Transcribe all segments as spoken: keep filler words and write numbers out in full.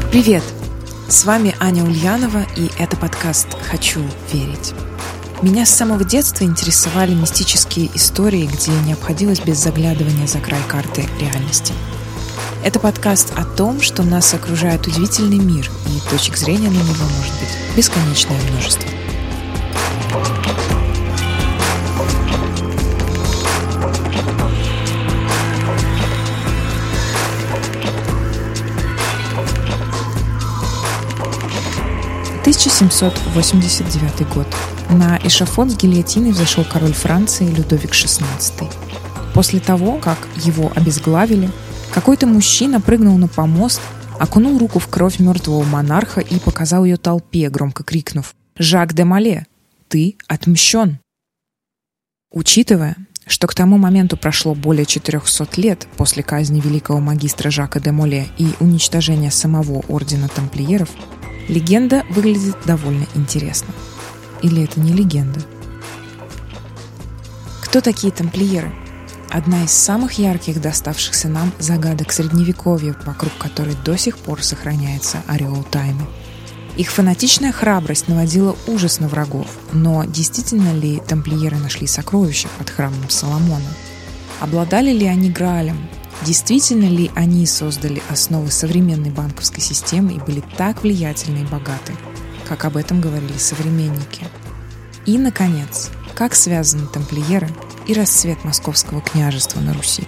Привет! С вами Аня Ульянова, и это подкаст «Хочу верить». Меня с самого детства интересовали мистические истории, где не обходилось без заглядывания за край карты реальности. Это подкаст о том, что нас окружает удивительный мир, и точек зрения на него может быть бесконечное множество. тысяча семьсот восемьдесят девятый год. На эшафот с гильотиной взошел король Франции Людовик шестнадцатый. После того, как его обезглавили, какой-то мужчина прыгнул на помост, окунул руку в кровь мертвого монарха и показал ее толпе, громко крикнув: «Жак де Моле, ты отмщен!» Учитывая, что к тому моменту прошло более четырехсот лет после казни великого магистра Жака де Моле и уничтожения самого ордена тамплиеров, легенда выглядит довольно интересно. Или это не легенда? Кто такие тамплиеры? Одна из самых ярких доставшихся нам загадок Средневековья, вокруг которой до сих пор сохраняется ореол тайны. Их фанатичная храбрость наводила ужас на врагов, но действительно ли тамплиеры нашли сокровища под храмом Соломона? Обладали ли они Граалем? Действительно ли они создали основы современной банковской системы и были так влиятельны и богаты, как об этом говорили современники? И, наконец, как связаны тамплиеры и расцвет Московского княжества на Руси?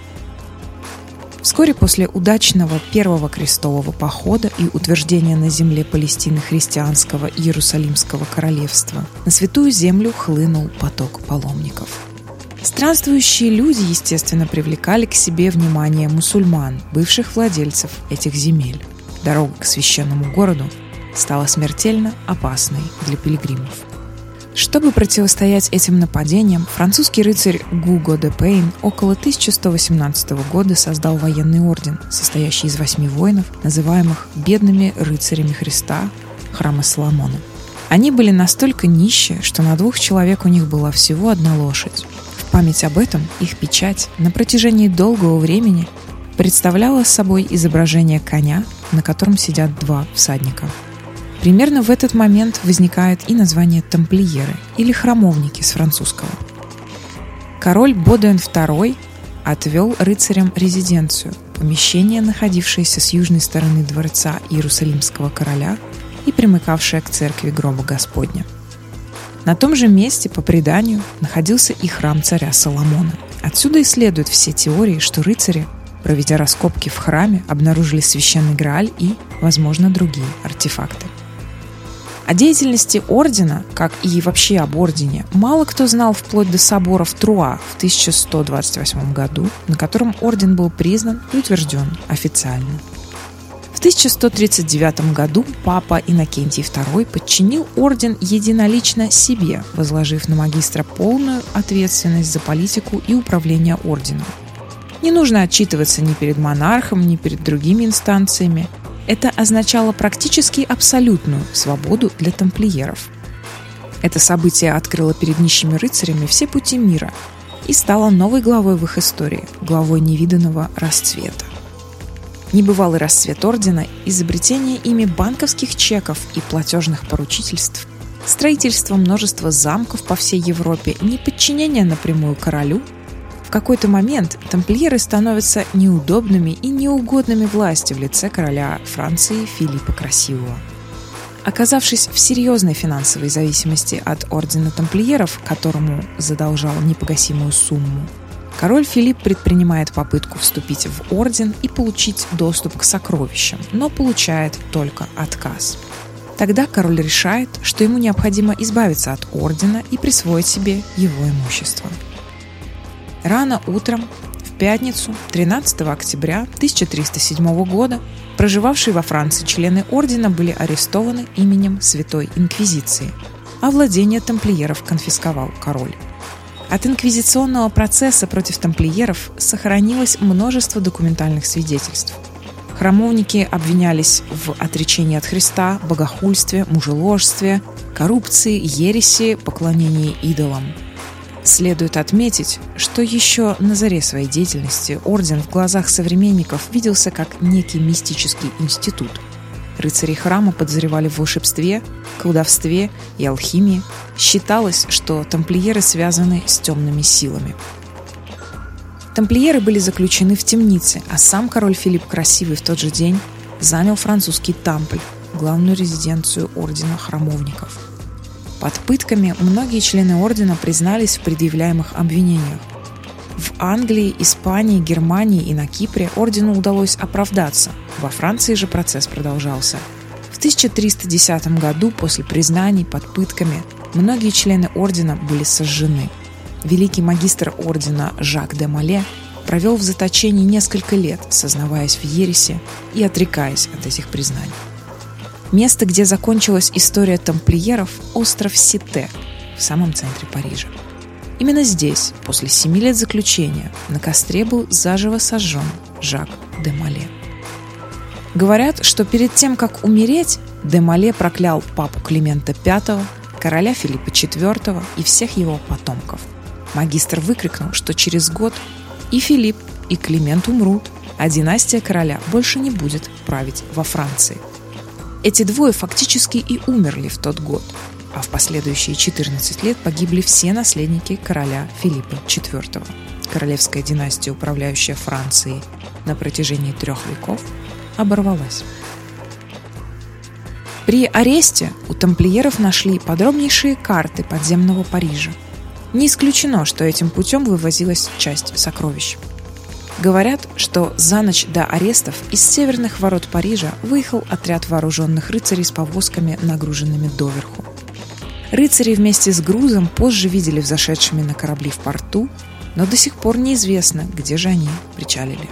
Вскоре после удачного первого крестового похода и утверждения на земле Палестины христианского Иерусалимского королевства на Святую Землю хлынул поток паломников. Странствующие люди, естественно, привлекали к себе внимание мусульман, бывших владельцев этих земель. Дорога к священному городу стала смертельно опасной для пилигримов. Чтобы противостоять этим нападениям, французский рыцарь Гуго де Пейн около тысяча сто восемнадцатого года создал военный орден, состоящий из восьми воинов, называемых «бедными рыцарями Христа» храма Соломона. Они были настолько нищи, что на двух человек у них была всего одна лошадь. В память об этом их печать на протяжении долгого времени представляла собой изображение коня, на котором сидят два всадника. Примерно в этот момент возникает и название тамплиеры, или храмовники с французского. Король Бодуэн второй отвел рыцарям резиденцию, помещение, находившееся с южной стороны дворца Иерусалимского короля и примыкавшее к церкви гроба Господня. На том же месте, по преданию, находился и храм царя Соломона. Отсюда и следуют все теории, что рыцари, проведя раскопки в храме, обнаружили священный Грааль и, возможно, другие артефакты. О деятельности ордена, как и вообще об ордене, мало кто знал вплоть до собора в Труа в тысяча сто двадцать восьмом году, на котором орден был признан и утвержден официально. В тысяча сто тридцать девятом году папа Иннокентий второй подчинил орден единолично себе, возложив на магистра полную ответственность за политику и управление орденом. Не нужно отчитываться ни перед монархом, ни перед другими инстанциями. Это означало практически абсолютную свободу для тамплиеров. Это событие открыло перед нищими рыцарями все пути мира и стало новой главой в их истории, главой невиданного расцвета. Небывалый расцвет ордена, изобретение ими банковских чеков и платежных поручительств, строительство множества замков по всей Европе, неподчинение напрямую королю. В какой-то момент тамплиеры становятся неудобными и неугодными власти в лице короля Франции Филиппа Красивого. Оказавшись в серьезной финансовой зависимости от ордена тамплиеров, которому задолжал непогасимую сумму, король Филипп предпринимает попытку вступить в орден и получить доступ к сокровищам, но получает только отказ. Тогда король решает, что ему необходимо избавиться от ордена и присвоить себе его имущество. Рано утром, в пятницу, тринадцатого октября тысяча триста седьмого года, проживавшие во Франции члены ордена были арестованы именем Святой Инквизиции, а владение тамплиеров конфисковал король. От инквизиционного процесса против тамплиеров сохранилось множество документальных свидетельств. Храмовники обвинялись в отречении от Христа, богохульстве, мужеложстве, коррупции, ереси, поклонении идолам. Следует отметить, что еще на заре своей деятельности орден в глазах современников виделся как некий мистический институт. Рыцари храма подозревали в волшебстве, колдовстве и алхимии. Считалось, что тамплиеры связаны с темными силами. Тамплиеры были заключены в темнице, а сам король Филипп Красивый в тот же день занял французский Тампль, главную резиденцию ордена храмовников. Под пытками многие члены ордена признались в предъявляемых обвинениях. В Англии, Испании, Германии и на Кипре ордену удалось оправдаться, во Франции же процесс продолжался. В тысяча триста десятом году после признаний под пытками многие члены ордена были сожжены. Великий магистр ордена Жак де Моле провел в заточении несколько лет, сознаваясь в ереси и отрекаясь от этих признаний. Место, где закончилась история тамплиеров – остров Сите в самом центре Парижа. Именно здесь, после семи лет заключения, на костре был заживо сожжен Жак де Моле. Говорят, что перед тем, как умереть, де Моле проклял папу Климента Пятого, короля Филиппа Четвертого и всех его потомков. Магистр выкрикнул, что через год и Филипп, и Климент умрут, а династия короля больше не будет править во Франции. Эти двое фактически и умерли в тот год, а в последующие четырнадцать лет погибли все наследники короля Филиппа Четвертого. Королевская династия, управляющая Францией на протяжении трех веков, оборвалась. При аресте у тамплиеров нашли подробнейшие карты подземного Парижа. Не исключено, что этим путем вывозилась часть сокровищ. Говорят, что за ночь до арестов из северных ворот Парижа выехал отряд вооруженных рыцарей с повозками, нагруженными доверху. Рыцари вместе с грузом позже видели взошедшими на корабли в порту, но до сих пор неизвестно, где же они причалили.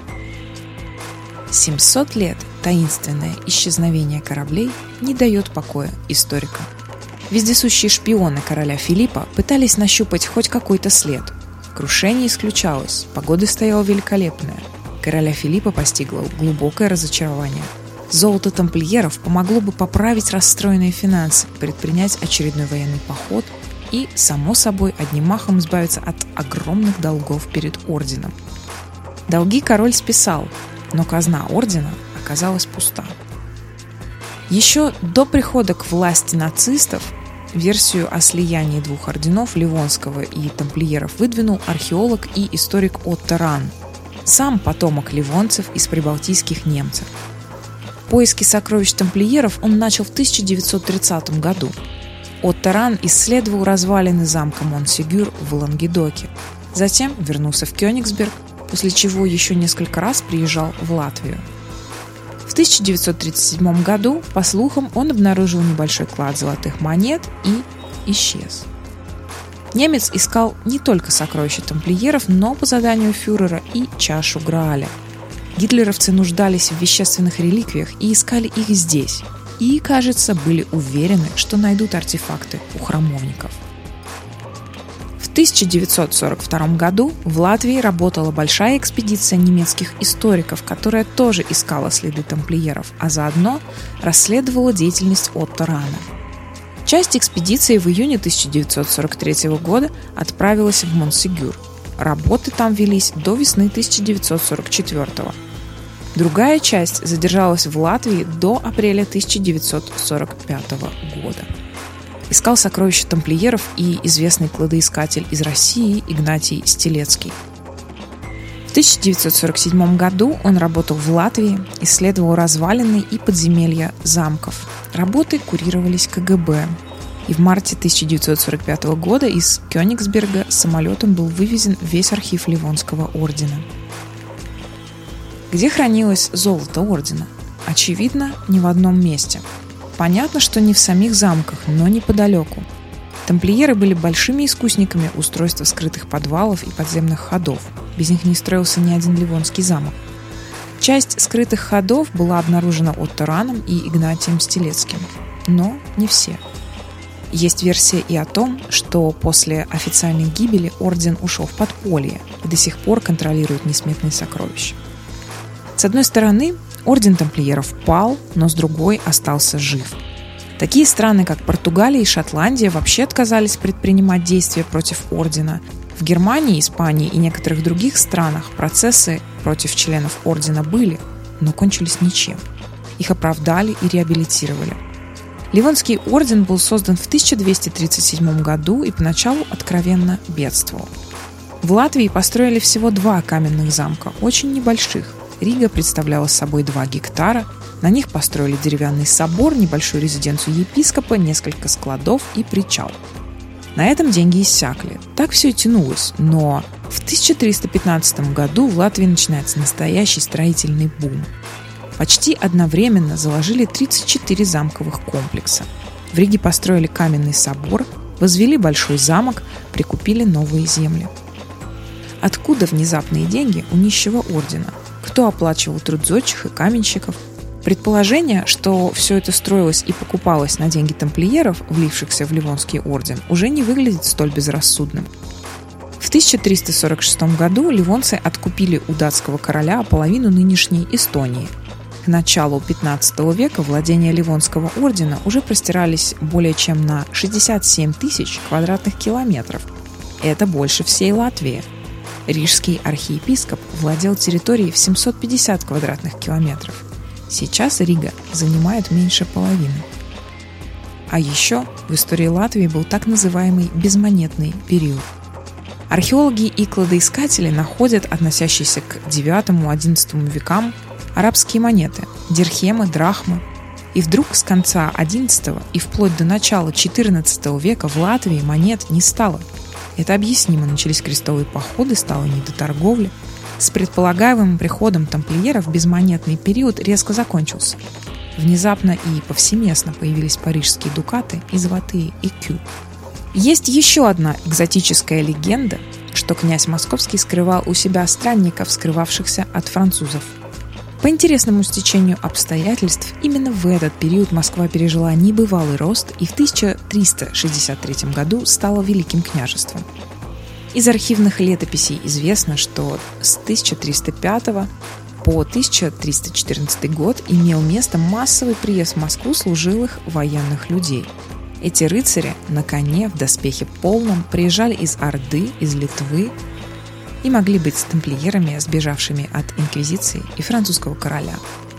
семьсот лет таинственное исчезновение кораблей не дает покоя историкам. Вездесущие шпионы короля Филиппа пытались нащупать хоть какой-то след. Крушение исключалось, погода стояла великолепная. Короля Филиппа постигло глубокое разочарование. Золото тамплиеров помогло бы поправить расстроенные финансы, предпринять очередной военный поход и, само собой, одним махом избавиться от огромных долгов перед орденом. Долги король списал, но казна ордена оказалась пуста. Еще до прихода к власти нацистов версию о слиянии двух орденов, Ливонского и тамплиеров, выдвинул археолог и историк Отто Ран, сам потомок ливонцев из прибалтийских немцев. Поиски сокровищ тамплиеров он начал в тысяча девятьсот тридцатом году. Отто Ран исследовал развалины замка Монсегюр в Лангедоке. Затем вернулся в Кёнигсберг, после чего еще несколько раз приезжал в Латвию. В тысяча девятьсот тридцать седьмом году, по слухам, он обнаружил небольшой клад золотых монет и исчез. Немец искал не только сокровища тамплиеров, но по заданию фюрера и чашу Грааля. Гитлеровцы нуждались в вещественных реликвиях и искали их здесь. И, кажется, были уверены, что найдут артефакты у храмовников. В тысяча девятьсот сорок втором году в Латвии работала большая экспедиция немецких историков, которая тоже искала следы тамплиеров, а заодно расследовала деятельность Отто Рана. Часть экспедиции в июне тысяча девятьсот сорок третьего года отправилась в Монсегюр. Работы там велись до весны тысяча девятьсот сорок четвёртого. Другая часть задержалась в Латвии до апреля тысяча девятьсот сорок пятого года. Искал сокровища тамплиеров и известный кладоискатель из России Игнатий Стелецкий. В тысяча девятьсот сорок седьмом году он работал в Латвии, исследовал развалины и подземелья замков. Работы курировались ка гэ бэ. И в марте тысяча девятьсот сорок пятого года из Кёнигсберга самолетом был вывезен весь архив Ливонского ордена. Где хранилось золото ордена? Очевидно, не в одном месте. Понятно, что не в самих замках, но неподалеку. Тамплиеры были большими искусниками устройства скрытых подвалов и подземных ходов. Без них не строился ни один ливонский замок. Часть скрытых ходов была обнаружена Отто Раном и Игнатием Стелецким, но не все. Есть версия и о том, что после официальной гибели орден ушел в подполье и до сих пор контролирует несметные сокровища. С одной стороны, орден тамплиеров пал, но с другой остался жив. Такие страны, как Португалия и Шотландия, вообще отказались предпринимать действия против ордена. В Германии, Испании и некоторых других странах процессы против членов ордена были, но кончились ничем. Их оправдали и реабилитировали. Ливонский орден был создан в тысяча двести тридцать седьмом году и поначалу откровенно бедствовал. В Латвии построили всего два каменных замка, очень небольших. Рига представляла собой два гектара, на них построили деревянный собор, небольшую резиденцию епископа, несколько складов и причал. На этом деньги иссякли. Так все и тянулось, но в тысяча триста пятнадцатом году в Латвии начинается настоящий строительный бум. Почти одновременно заложили тридцать четыре замковых комплекса. В Риге построили каменный собор, возвели большой замок, прикупили новые земли. Откуда внезапные деньги у нищего ордена? Кто оплачивал труд зодчих и каменщиков? Предположение, что все это строилось и покупалось на деньги тамплиеров, влившихся в Ливонский орден, уже не выглядит столь безрассудным. В тысяча триста сорок шестом году ливонцы откупили у датского короля половину нынешней Эстонии. К началу пятнадцатого века владения Ливонского ордена уже простирались более чем на шестьдесят семь тысяч квадратных километров. Это больше всей Латвии. Рижский архиепископ владел территорией в семьсот пятьдесят квадратных километров. Сейчас Рига занимает меньше половины. А еще в истории Латвии был так называемый безмонетный период. Археологи и кладоискатели находят относящиеся к девятому-одиннадцатому векам арабские монеты, дирхемы, драхмы. И вдруг с конца одиннадцатого и вплоть до начала четырнадцатого века в Латвии монет не стало. Это объяснимо. Начались крестовые походы, стало не до торговли. С предполагаемым приходом тамплиеров безмонетный период резко закончился. Внезапно и повсеместно появились парижские дукаты и золотые ЭКЮ. Есть еще одна экзотическая легенда, что князь Московский скрывал у себя странников, скрывавшихся от французов. По интересному стечению обстоятельств, именно в этот период Москва пережила небывалый рост и в тысяча триста шестьдесят третьем году стала Великим княжеством. Из архивных летописей известно, что с тысяча триста пятого по тысяча триста четырнадцатый год имел место массовый приезд в Москву служилых военных людей. Эти рыцари на коне в доспехе полном приезжали из Орды, из Литвы и могли быть тамплиерами, сбежавшими от инквизиции и французского короля.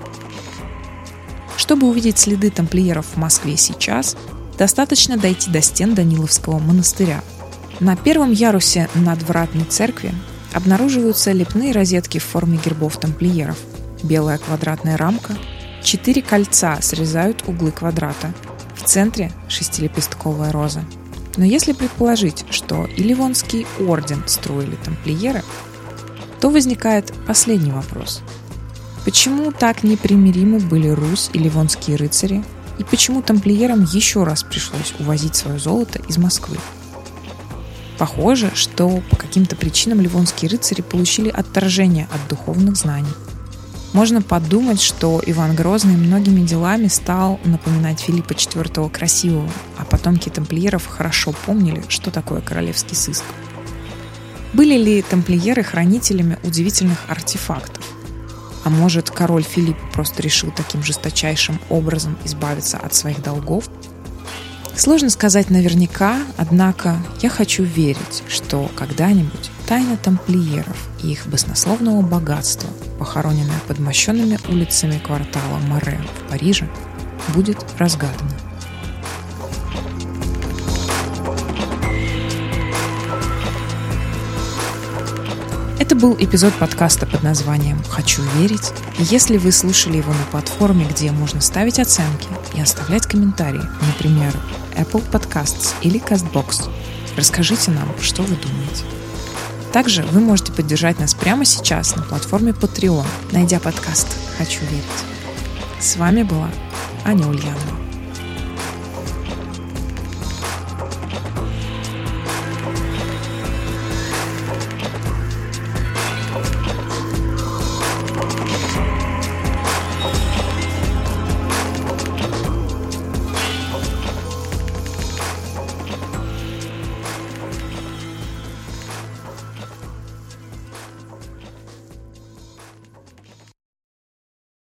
Чтобы увидеть следы тамплиеров в Москве сейчас, достаточно дойти до стен Даниловского монастыря. На первом ярусе надвратной церкви обнаруживаются лепные розетки в форме гербов тамплиеров, белая квадратная рамка, четыре кольца срезают углы квадрата, в центре шестилепестковая роза. Но если предположить, что и Ливонский орден строили тамплиеры, то возникает последний вопрос. Почему так непримиримы были Русь и ливонские рыцари, и почему тамплиерам еще раз пришлось увозить свое золото из Москвы? Похоже, что по каким-то причинам ливонские рыцари получили отторжение от духовных знаний. Можно подумать, что Иван Грозный многими делами стал напоминать Филиппа четвёртого красивого, а потомки тамплиеров хорошо помнили, что такое королевский сыск. Были ли тамплиеры хранителями удивительных артефактов? А может, король Филипп просто решил таким жесточайшим образом избавиться от своих долгов? Сложно сказать наверняка, однако я хочу верить, что когда-нибудь тайна тамплиеров и их баснословного богатства, похороненная под мощенными улицами квартала Море в Париже, будет разгадана. Это был эпизод подкаста под названием «Хочу верить». И если вы слушали его на платформе, где можно ставить оценки и оставлять комментарии, например, Apple Podcasts или CastBox, расскажите нам, что вы думаете. Также вы можете поддержать нас прямо сейчас на платформе Patreon, найдя подкаст «Хочу верить». С вами была Аня Ульянова.